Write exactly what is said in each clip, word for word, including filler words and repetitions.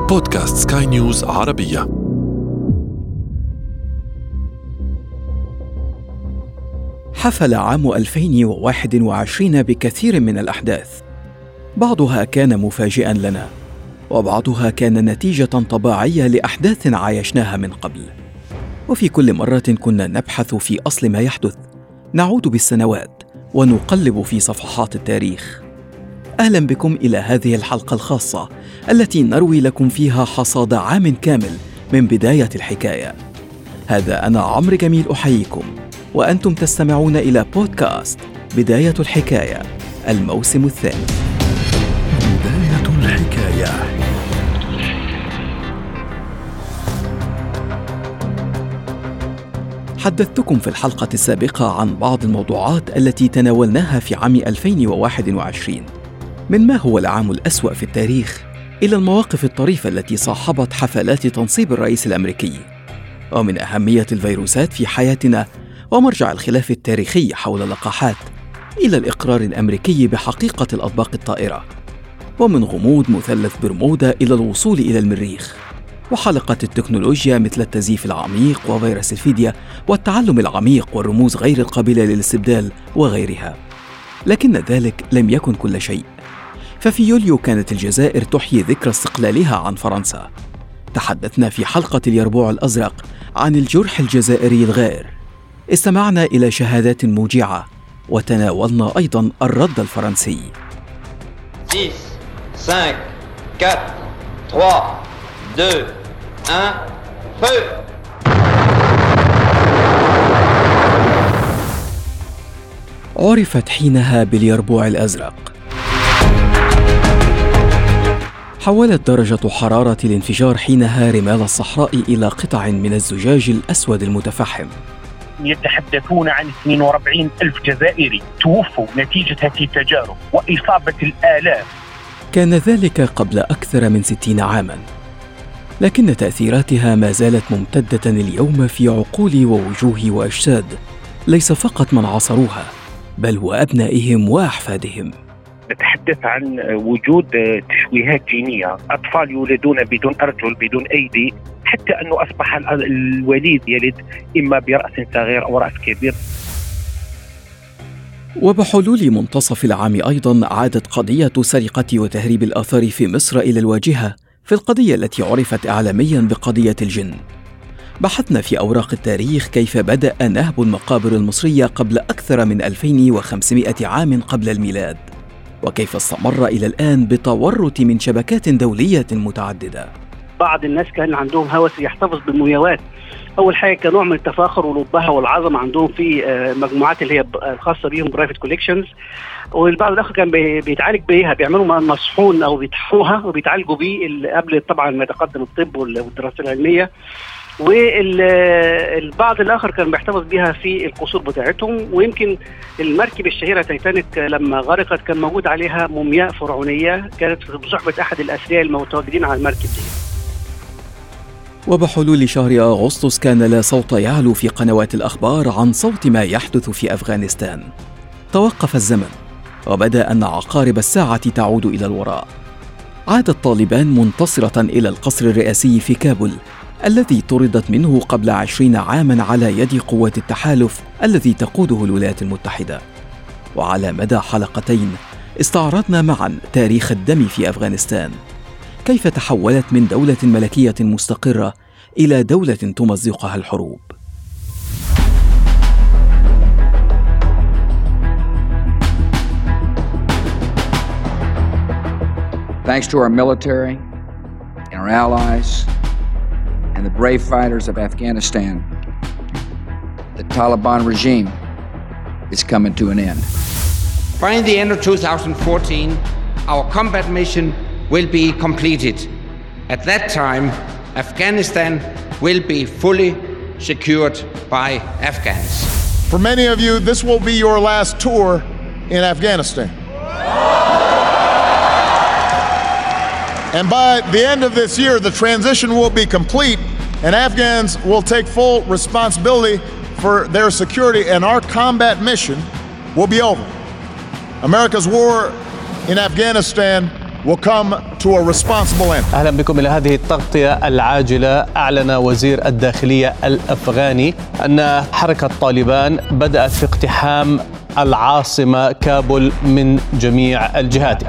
بودكاست سكاي نيوز عربية. حفل عام ألفين وواحد وعشرين بكثير من الأحداث، بعضها كان مفاجئاً لنا، وبعضها كان نتيجة طبيعية لأحداث عايشناها من قبل. وفي كل مرة كنا نبحث في أصل ما يحدث، نعود بالسنوات ونقلب في صفحات التاريخ. أهلاً بكم إلى هذه الحلقة الخاصة التي نروي لكم فيها حصاد عام كامل من بداية الحكاية. هذا أنا عمرو جميل أحييكم، وأنتم تستمعون إلى بودكاست بداية الحكاية الموسم الثاني. بداية الحكاية. حدثتكم في الحلقة السابقة عن بعض الموضوعات التي تناولناها في عام ألفين وواحد وعشرين، من ما هو العام الأسوأ في التاريخ إلى المواقف الطريفة التي صاحبت حفلات تنصيب الرئيس الأمريكي، ومن أهمية الفيروسات في حياتنا ومرجع الخلاف التاريخي حول اللقاحات إلى الإقرار الأمريكي بحقيقة الأطباق الطائرة، ومن غموض مثلث برمودا إلى الوصول إلى المريخ، وحلقة التكنولوجيا مثل التزييف العميق وفيروس الفدية والتعلم العميق والرموز غير القابلة للاستبدال وغيرها. لكن ذلك لم يكن كل شيء، ففي يوليو كانت الجزائر تحيي ذكرى استقلالها عن فرنسا. تحدثنا في حلقة اليربوع الأزرق عن الجرح الجزائري الغائر، استمعنا إلى شهادات موجعة، وتناولنا أيضاً الرد الفرنسي. ستة خمسة أربعة ثلاثة اثنين واحد فو. عرفت حينها باليربوع الأزرق. حولت درجة حرارة الانفجار حينها رمال الصحراء إلى قطع من الزجاج الأسود المتفحم. يتحدثون عن اثنين وأربعين ألف جزائري توفوا نتيجة هذه التجارب وإصابة الآلاف. كان ذلك قبل أكثر من ستين عاماً، لكن تأثيراتها ما زالت ممتدة اليوم في عقول ووجوه وأجساد ليس فقط من عاصروها، بل وأبنائهم وأحفادهم. نتحدث عن وجود تشويهات جينية، أطفال يولدون بدون أرجل بدون أيدي، حتى أنه أصبح الوليد يلد إما برأس صغير أو رأس كبير. وبحلول منتصف العام أيضاً عادت قضية سرقة وتهريب الآثار في مصر إلى الواجهة في القضية التي عرفت إعلامياً بقضية الجن. بحثنا في أوراق التاريخ كيف بدأ نهب المقابر المصرية قبل أكثر من ألفين وخمسمائة عام قبل الميلاد، وكيف استمر إلى الآن بتورط من شبكات دولية متعددة. بعض الناس كان عندهم هوس يحتفظ بالمومياوات. أول حاجة كنوع من التفاخر والبهة والعظمة عندهم في مجموعات اللي هي الخاصة بيهم برايفت كوليكشنز، والبعض الآخر كان بيتعالج بيها، بيعملوا مصحون أو بيتحفوها وبيتعالجوا بيه قبل طبعا ما يتقدم الطب والدراسات العلمية. والبعض الآخر كان بيحتفظ بها في القصور بتاعتهم. ويمكن المركب الشهيرة تايتانيك لما غرقت كان موجود عليها مومياء فرعونية كانت بصحبة أحد الأثرياء المتواجدين على المركب دي. وبحلول شهر أغسطس كان لا صوت يعلو في قنوات الأخبار عن صوت ما يحدث في أفغانستان. توقف الزمن وبدأ أن عقارب الساعة تعود إلى الوراء. عادت طالبان منتصرة إلى القصر الرئاسي في كابول الذي طردت منه قبل عشرين عاماً على يد قوات التحالف الذي تقوده الولايات المتحدة. وعلى مدى حلقتين استعرضنا معاً تاريخ الدم في أفغانستان، كيف تحولت من دولة ملكية مستقرة إلى دولة تمزقها الحروب. Thanks to our military and our allies and the brave fighters of Afghanistan, the Taliban regime is coming to an end. By the end of two thousand fourteen, our combat mission will be completed. At that time, Afghanistan will be fully secured by Afghans. For many of you, this will be your last tour in Afghanistan. And by the end of this year, the transition will be complete, and Afghans will take full responsibility for their security, and our combat mission will be over. America's war in Afghanistan will come to a responsible end. أهلا بكم إلى هذه التغطية العاجلة. أعلن وزير الداخلية الأفغاني أن حركة طالبان بدأت في اقتحام العاصمة كابول من جميع الجهات.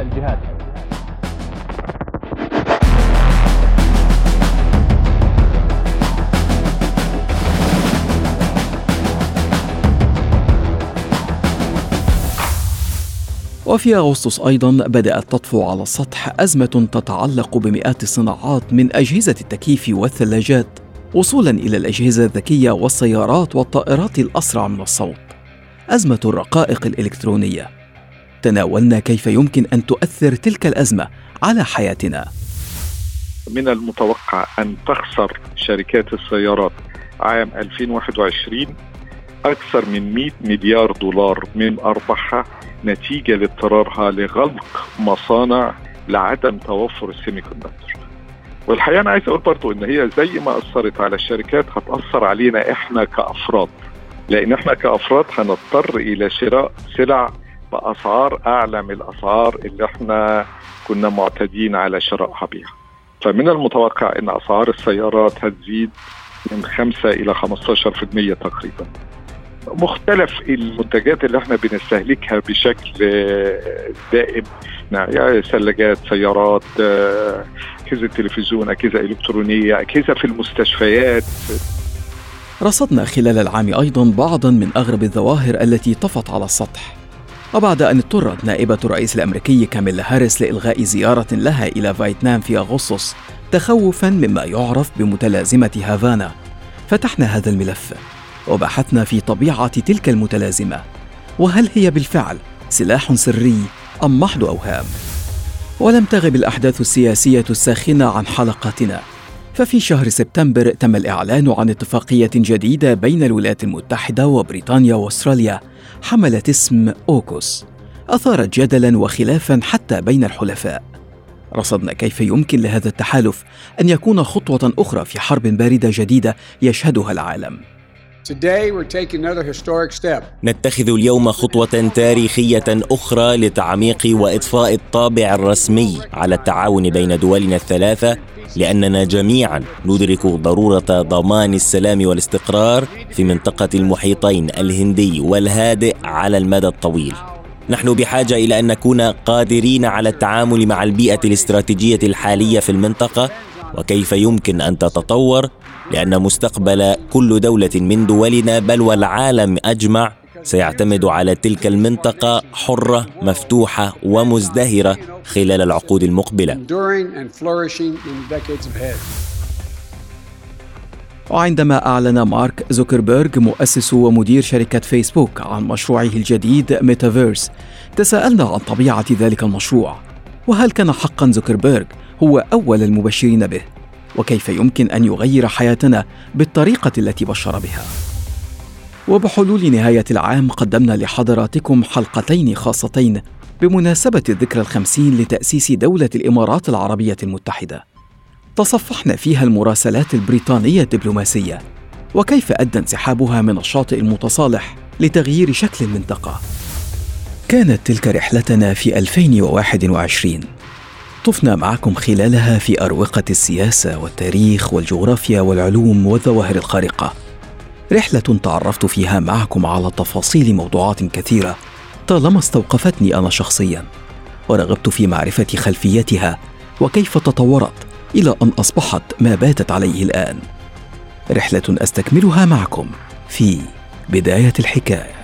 وفي أغسطس أيضاً بدأت تطفو على السطح أزمة تتعلق بمئات الصناعات من أجهزة التكييف والثلاجات وصولاً إلى الأجهزة الذكية والسيارات والطائرات الأسرع من الصوت. أزمة الرقائق الإلكترونية. تناولنا كيف يمكن أن تؤثر تلك الأزمة على حياتنا. من المتوقع أن تخسر شركات السيارات عام ألفين وواحد وعشرين أكثر من مئة مليار دولار من أرباحها نتيجة لاضطرارها لغلق مصانع لعدم توفر السيمي كوندكتور. والحقيقة أنا عايز أقول برضو إن هي زي ما أثرت على الشركات هتأثر علينا إحنا كأفراد، لأن إحنا كأفراد هنضطر إلى شراء سلع بأسعار أعلى من الأسعار اللي إحنا كنا معتادين على شرائها بها. فمن المتوقع إن أسعار السيارات هتزيد من خمسة إلى خمسة عشر بالمئة تقريبا. مختلف المنتجات اللي احنا بنستهلكها بشكل دائم، يعني ثلاجات، سيارات، أجهزة تلفزيون، أجهزة إلكترونية، أجهزة في المستشفيات. رصدنا خلال العام أيضاً بعضاً من أغرب الظواهر التي طفت على السطح. وبعد أن اضطرت نائبة الرئيس الأمريكي كاميلا هاريس لإلغاء زيارة لها إلى فيتنام في أغسطس تخوفاً مما يعرف بمتلازمة هافانا، فتحنا هذا الملف وبحثنا في طبيعة تلك المتلازمة، وهل هي بالفعل سلاح سري أم محض أوهام؟ ولم تغب الأحداث السياسية الساخنة عن حلقاتنا، ففي شهر سبتمبر تم الإعلان عن اتفاقية جديدة بين الولايات المتحدة وبريطانيا وأستراليا حملت اسم أوكوس، أثارت جدلاً وخلافاً حتى بين الحلفاء. رصدنا كيف يمكن لهذا التحالف أن يكون خطوة أخرى في حرب باردة جديدة يشهدها العالم. نتخذ اليوم خطوة تاريخية أخرى لتعميق وإضفاء الطابع الرسمي على التعاون بين دولنا الثلاثة، لأننا جميعاً ندرك ضرورة ضمان السلام والاستقرار في منطقة المحيطين الهندي والهادئ على المدى الطويل. نحن بحاجة إلى أن نكون قادرين على التعامل مع البيئة الاستراتيجية الحالية في المنطقة وكيف يمكن أن تتطور، لأن مستقبل كل دولة من دولنا بل والعالم أجمع سيعتمد على تلك المنطقة حرة مفتوحة ومزدهرة خلال العقود المقبلة. وعندما أعلن مارك زوكربيرغ مؤسس ومدير شركة فيسبوك عن مشروعه الجديد ميتافيرس، تساءلنا عن طبيعة ذلك المشروع، وهل كان حقا زوكربيرغ هو أول المبشرين به، وكيف يمكن أن يغير حياتنا بالطريقة التي بشر بها. وبحلول نهاية العام قدمنا لحضراتكم حلقتين خاصتين بمناسبة الذكرى الخمسين لتأسيس دولة الإمارات العربية المتحدة. تصفحنا فيها المراسلات البريطانية الدبلوماسية وكيف أدى انسحابها من الشاطئ المتصالح لتغيير شكل المنطقة. كانت تلك رحلتنا في ألفين وواحد وعشرين، طفنا معكم خلالها في أروقة السياسة والتاريخ والجغرافيا والعلوم والظواهر الخارقة. رحلة تعرفت فيها معكم على تفاصيل موضوعات كثيرة طالما استوقفتني أنا شخصياً، ورغبت في معرفة خلفيتها وكيف تطورت إلى أن أصبحت ما باتت عليه الآن. رحلة أستكملها معكم في بداية الحكاية.